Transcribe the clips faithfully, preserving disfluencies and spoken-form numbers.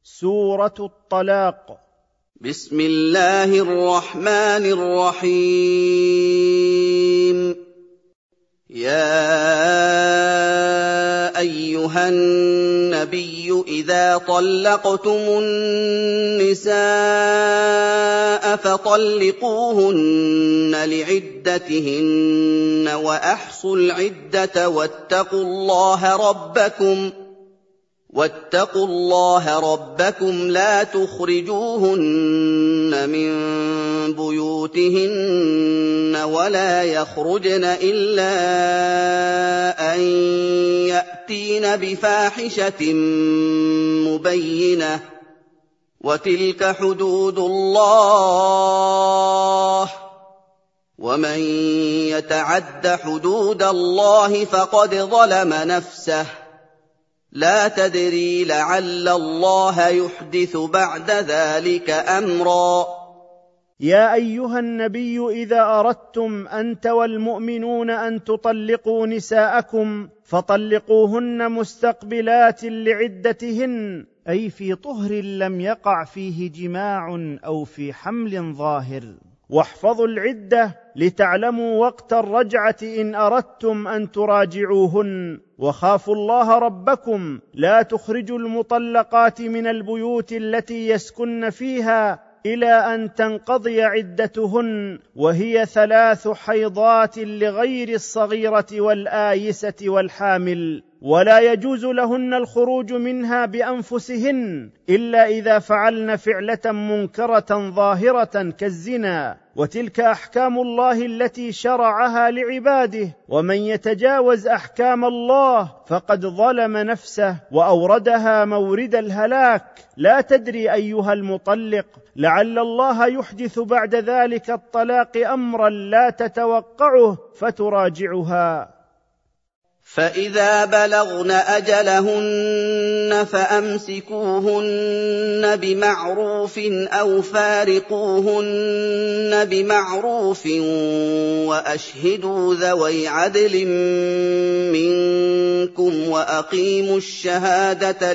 سورة الطلاق. بسم الله الرحمن الرحيم. يا أيها النبي إذا طلقتم النساء فطلقوهن لعدتهن وأحصوا العدة واتقوا الله ربكم واتقوا الله ربكم لا تخرجوهن من بيوتهن ولا يخرجن إلا أن يأتين بفاحشة مبينة وتلك حدود الله ومن يتعد حدود الله فقد ظلم نفسه لا تدري لعل الله يحدث بعد ذلك أمرا. يا أيها النبي إذا أردتم أنت والمؤمنون أن تطلقوا نساءكم فطلقوهن مستقبلات لعدتهن، أي في طهر لم يقع فيه جماع أو في حمل ظاهر. واحفظوا العدة لتعلموا وقت الرجعة إن أردتم أن تراجعوهن، وخافوا الله ربكم لا تخرجوا المطلقات من البيوت التي يسكن فيها إلى أن تنقضي عدتهن، وهي ثلاث حيضات لغير الصغيرة والآيسة والحامل، ولا يجوز لهن الخروج منها بأنفسهن إلا إذا فعلن فعلة منكرة ظاهرة كالزنا، وتلك أحكام الله التي شرعها لعباده، ومن يتجاوز أحكام الله فقد ظلم نفسه وأوردها مورد الهلاك. لا تدري أيها المطلق لعل الله يحدث بعد ذلك الطلاق أمرا لا تتوقعه فتراجعها. فإذا بلغن أجلهن فأمسكوهن بمعروف أو فارقوهن بمعروف وأشهدوا ذوي عدل منكم وأقيموا الشهادة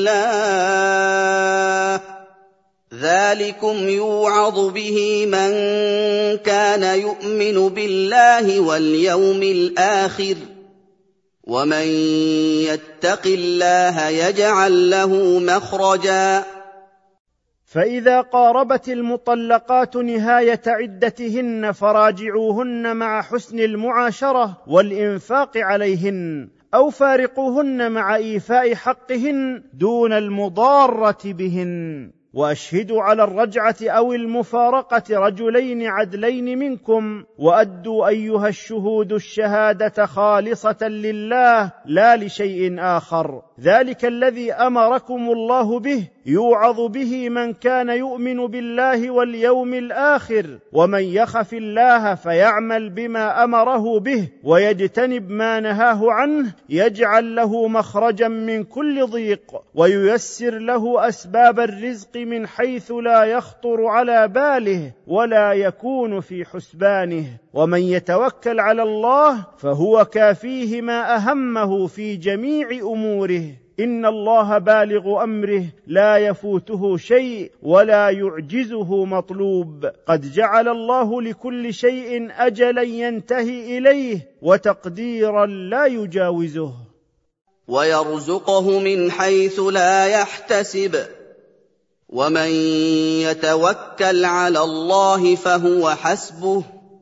لله ذلكم يوعظ به من كان يؤمن بالله واليوم الآخر ومن يتق الله يجعل له مخرجا. فإذا قاربت المطلقات نهاية عدتهن فراجعوهن مع حسن المعاشرة والإنفاق عليهن، أو فارقوهن مع إيفاء حقهن دون المضارة بهن، وأشهدوا على الرجعة أو المفارقة رجلين عدلين منكم، وأدوا أيها الشهود الشهادة خالصة لله لا لشيء آخر، ذلك الذي أمركم الله به يوعظ به من كان يؤمن بالله واليوم الآخر، ومن يخف الله فيعمل بما أمره به ويجتنب ما نهاه عنه يجعل له مخرجا من كل ضيق وييسر له أسباب الرزق من حيث لا يخطر على باله ولا يكون في حسبانه، ومن يتوكل على الله فهو كافيه ما أهمه في جميع أموره، إن الله بالغ أمره لا يفوته شيء ولا يعجزه مطلوب، قد جعل الله لكل شيء أجلا ينتهي إليه وتقديرا لا يجاوزه. ويرزقه من حيث لا يحتسب ومن يتوكل على الله فهو حسبه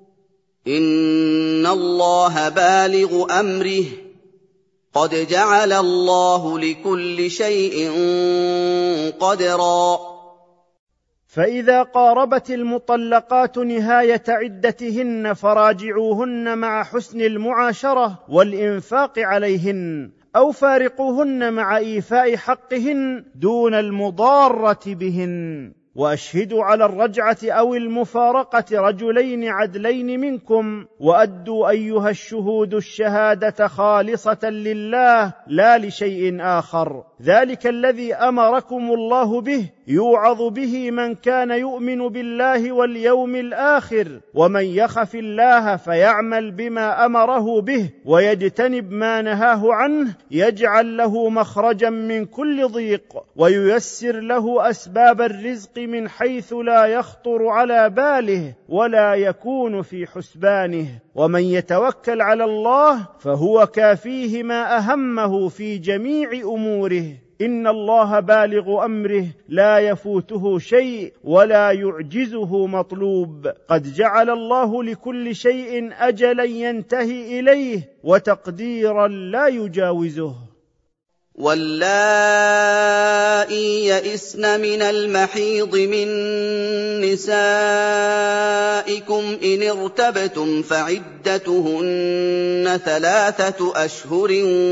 إن الله بالغ أمره قد جعل الله لكل شيء قدرا. فإذا قاربت المطلقات نهاية عدتهن فراجعوهن مع حسن المعاشرة والإنفاق عليهن، أو فارقوهن مع إيفاء حقهن دون المضارة بهن، وأشهدوا على الرجعة أو المفارقة رجلين عدلين منكم، وأدوا أيها الشهود الشهادة خالصة لله لا لشيء آخر، ذلك الذي أمركم الله به يوعظ به من كان يؤمن بالله واليوم الآخر، ومن يخف الله فيعمل بما أمره به ويجتنب ما نهاه عنه يجعل له مخرجا من كل ضيق وييسر له أسباب الرزق من حيث لا يخطر على باله ولا يكون في حسبانه. ومن يتوكل على الله فهو كافيه ما أهمه في جميع أموره. إن الله بالغ أمره لا يفوته شيء ولا يعجزه مطلوب. قد جعل الله لكل شيء أجلا ينتهي إليه وتقديرا لا يجاوزه. واللائي يئسن من المحيض من نسائكم إن ارتبتم فعدتهن ثلاثة أشهر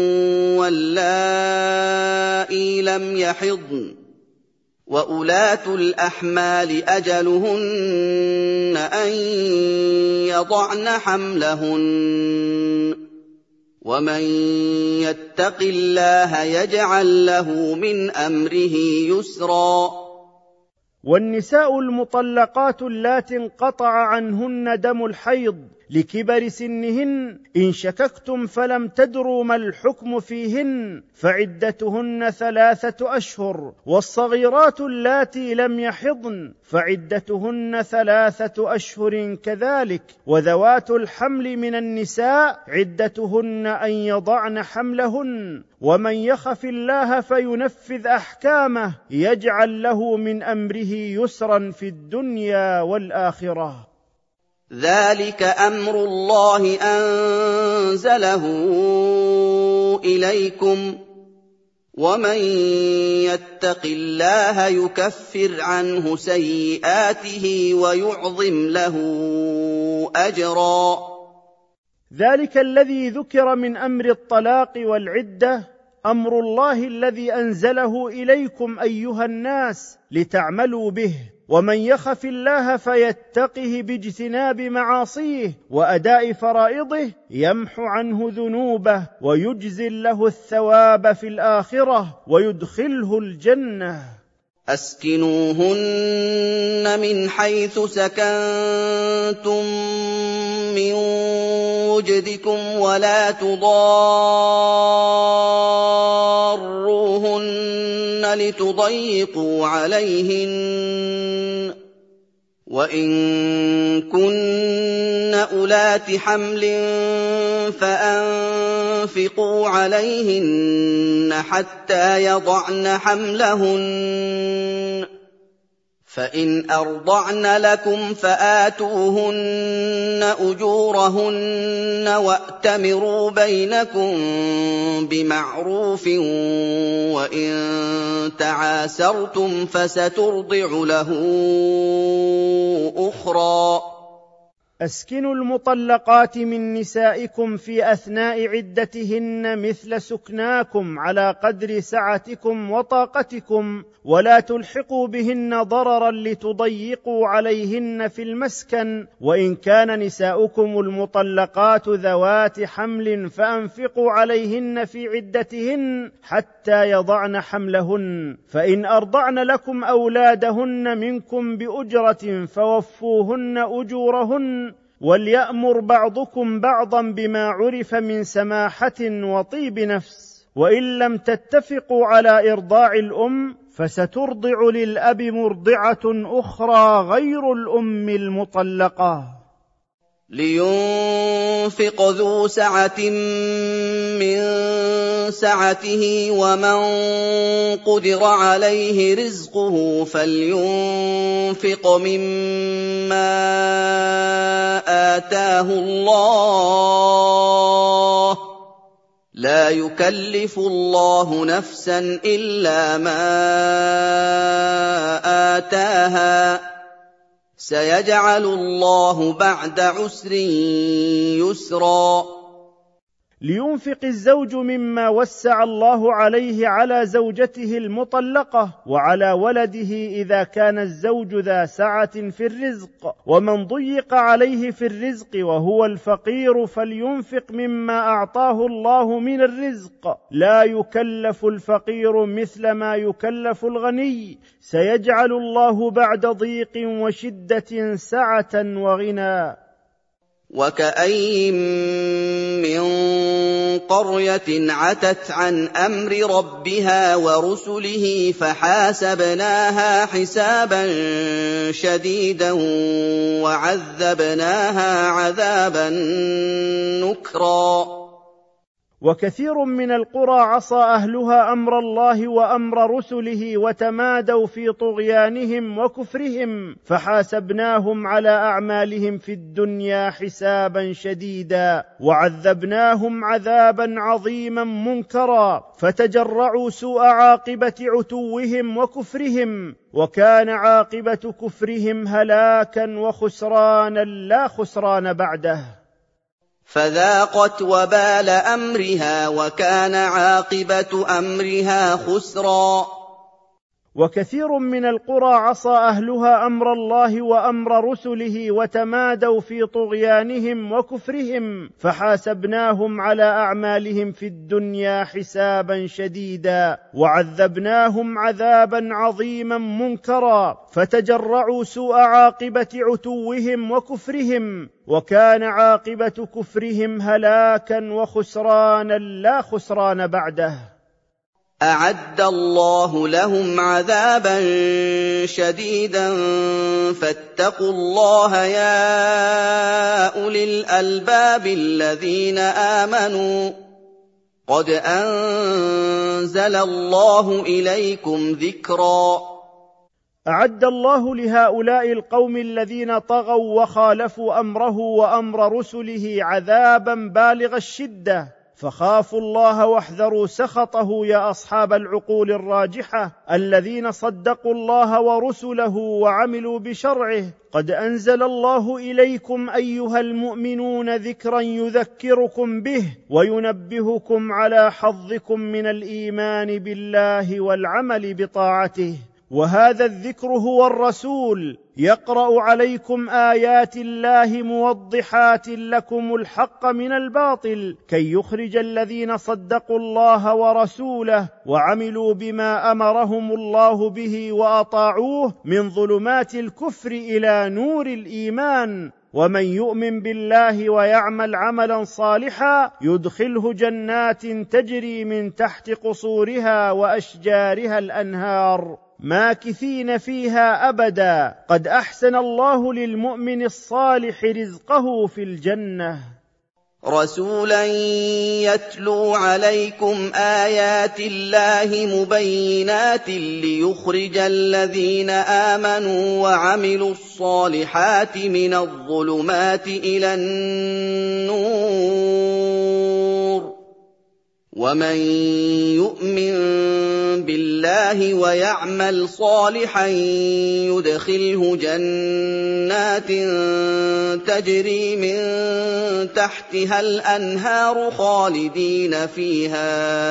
واللائي لم يحضن وأولات الأحمال أجلهن أن يضعن حملهن ومن يتق الله يجعل له من أمره يسرا. والنساء المطلقات اللاتي انقطع عنهن دم الحيض لكبر سنهن إن شككتم فلم تدروا ما الحكم فيهن فعدتهن ثلاثة أشهر، والصغيرات اللاتي لم يحضن فعدتهن ثلاثة أشهر كذلك، وذوات الحمل من النساء عدتهن أن يضعن حملهن. ومن يخف الله فينفذ أحكامه يجعل له من أمره يسرا في الدنيا والآخرة. ذلك أمر الله أنزله إليكم ومن يتق الله يكفر عنه سيئاته ويعظم له أجرا. ذلك الذي ذكر من أمر الطلاق والعدة أمر الله الذي أنزله إليكم أيها الناس لتعملوا به. ومن يخف الله فيتقه باجتناب معاصيه وأداء فرائضه يمحو عنه ذنوبه ويجزل له الثواب في الآخرة ويدخله الجنة. أسكنوهن من حيث سكنتم من وجدكم ولا تضاروهن لتضيقوا عليهن وإن كن أولات حمل فأنفقوا عليهن حتى يضعن حملهن فإن أرضعن لكم فآتوهن أجورهن وأتمروا بينكم بمعروف وإن تعاسرتم فسترضع له أخرى. أسكنوا المطلقات من نسائكم في أثناء عدتهن مثل سكناكم على قدر سعتكم وطاقتكم، ولا تلحقوا بهن ضررا لتضيقوا عليهن في المسكن. وإن كان نساؤكم المطلقات ذوات حمل فأنفقوا عليهن في عدتهن حتى يضعن حملهن، فإن أرضعن لكم أولادهن منكم بأجرة فوفوهن أجورهن، وليأمر بعضكم بعضا بما عرف من سماحة وطيب نفس. وإن لم تتفقوا على إرضاع الأم فسترضع للأب مرضعة أخرى غير الأم المطلقة. لينفق ذو سعة من سعته ومن قدر عليه رزقه فلينفق مما آتاه الله لا يكلف الله نفسا إلا ما آتاها سيجعل الله بعد عسر يسرا. لينفق الزوج مما وسع الله عليه على زوجته المطلقة وعلى ولده إذا كان الزوج ذا سعة في الرزق، ومن ضيق عليه في الرزق وهو الفقير فلينفق مما أعطاه الله من الرزق، لا يكلف الفقير مثل ما يكلف الغني، سيجعل الله بعد ضيق وشدة سعة وغنى. وكأين من قرية عتت عن أمر ربها ورسله فحاسبناها حسابا شديدا وعذبناها عذابا نكرا. وكثير من القرى عصى أهلها أمر الله وأمر رسله وتمادوا في طغيانهم وكفرهم، فحاسبناهم على أعمالهم في الدنيا حسابا شديدا وعذبناهم عذابا عظيما منكرا، فتجرعوا سوء عاقبة عتوهم وكفرهم، وكان عاقبة كفرهم هلاكا وخسرانا لا خسران بعده. فذاقت وبال أمرها وكان عاقبة أمرها خسرا. وكثير من القرى عصى أهلها أمر الله وأمر رسله وتمادوا في طغيانهم وكفرهم، فحاسبناهم على أعمالهم في الدنيا حسابا شديدا وعذبناهم عذابا عظيما منكرا، فتجرعوا سوء عاقبة عتوهم وكفرهم، وكان عاقبة كفرهم هلاكا وخسرانا لا خسران بعده. أعد الله لهم عذابا شديدا فاتقوا الله يا أولي الألباب الذين آمنوا قد أنزل الله إليكم ذكرا. أعد الله لهؤلاء القوم الذين طغوا وخالفوا أمره وأمر رسله عذابا بالغ الشدة، فخافوا الله واحذروا سخطه يا أصحاب العقول الراجحة الذين صدقوا الله ورسله وعملوا بشرعه. قد أنزل الله إليكم أيها المؤمنون ذكرا يذكركم به وينبهكم على حظكم من الإيمان بالله والعمل بطاعته، وهذا الذكر هو الرسول يقرأ عليكم آيات الله موضحات لكم الحق من الباطل كي يخرج الذين صدقوا الله ورسوله وعملوا بما أمرهم الله به وأطاعوه من ظلمات الكفر إلى نور الإيمان. ومن يؤمن بالله ويعمل عملا صالحا يدخله جنات تجري من تحت قصورها وأشجارها الأنهار ماكثين فيها أبدا، قد أحسن الله للمؤمن الصالح رزقه في الجنة. رسولا يتلو عليكم آيات الله مبينات ليخرج الذين آمنوا وعملوا الصالحات من الظلمات إلى النور، ومن يؤمن بالله ويعمل صالحا يدخله جنات تجري من تحتها الأنهار خالدين فيها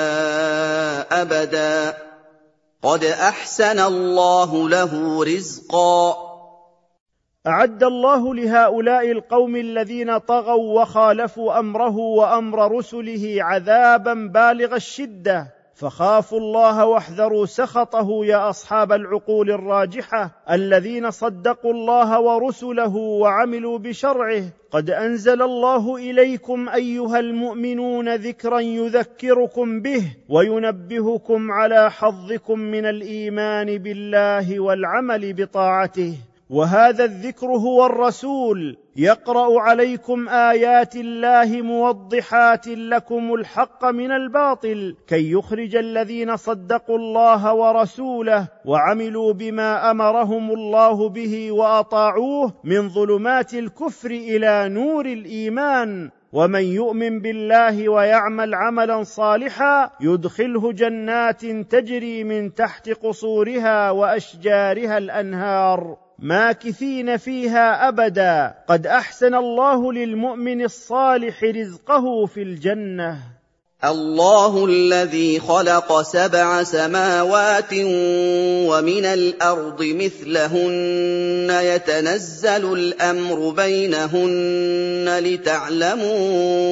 أبدا، قد أحسن الله له رزقا. أعد الله لهؤلاء القوم الذين طغوا وخالفوا أمره وأمر رسله عذابا بالغ الشدة، فخافوا الله واحذروا سخطه يا أصحاب العقول الراجحة الذين صدقوا الله ورسله وعملوا بشرعه. قد أنزل الله إليكم أيها المؤمنون ذكرا يذكركم به وينبهكم على حظكم من الإيمان بالله والعمل بطاعته، وهذا الذكر هو الرسول يقرأ عليكم آيات الله موضحات لكم الحق من الباطل كي يخرج الذين صدقوا الله ورسوله وعملوا بما أمرهم الله به وأطاعوه من ظلمات الكفر إلى نور الإيمان. ومن يؤمن بالله ويعمل عملا صالحا يدخله جنات تجري من تحت قصورها وأشجارها الأنهار ماكثين فيها أبدا. قد أحسن الله للمؤمن الصالح رزقه في الجنة. الله الذي خلق سبع سماوات ومن الأرض مثلهن يتنزل الأمر بينهن لتعلموا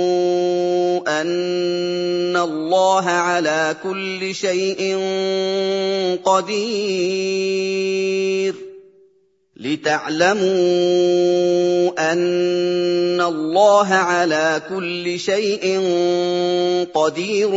أن الله على كل شيء قدير لتعلموا أن الله على كل شيء قدير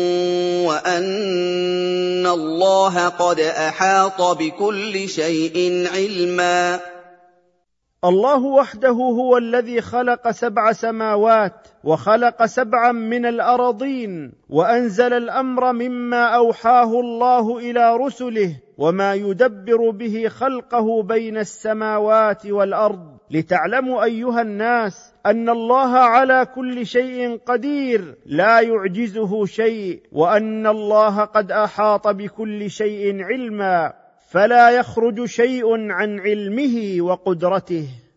وأن الله قد أحاط بكل شيء علما. الله وحده هو الذي خلق سبع سماوات وخلق سبعا من الأراضين، وأنزل الأمر مما أوحاه الله إلى رسله وما يدبر به خلقه بين السماوات والأرض، لتعلموا أيها الناس أن الله على كل شيء قدير لا يعجزه شيء، وأن الله قد أحاط بكل شيء علما، فلا يخرج شيء عن علمه وقدرته.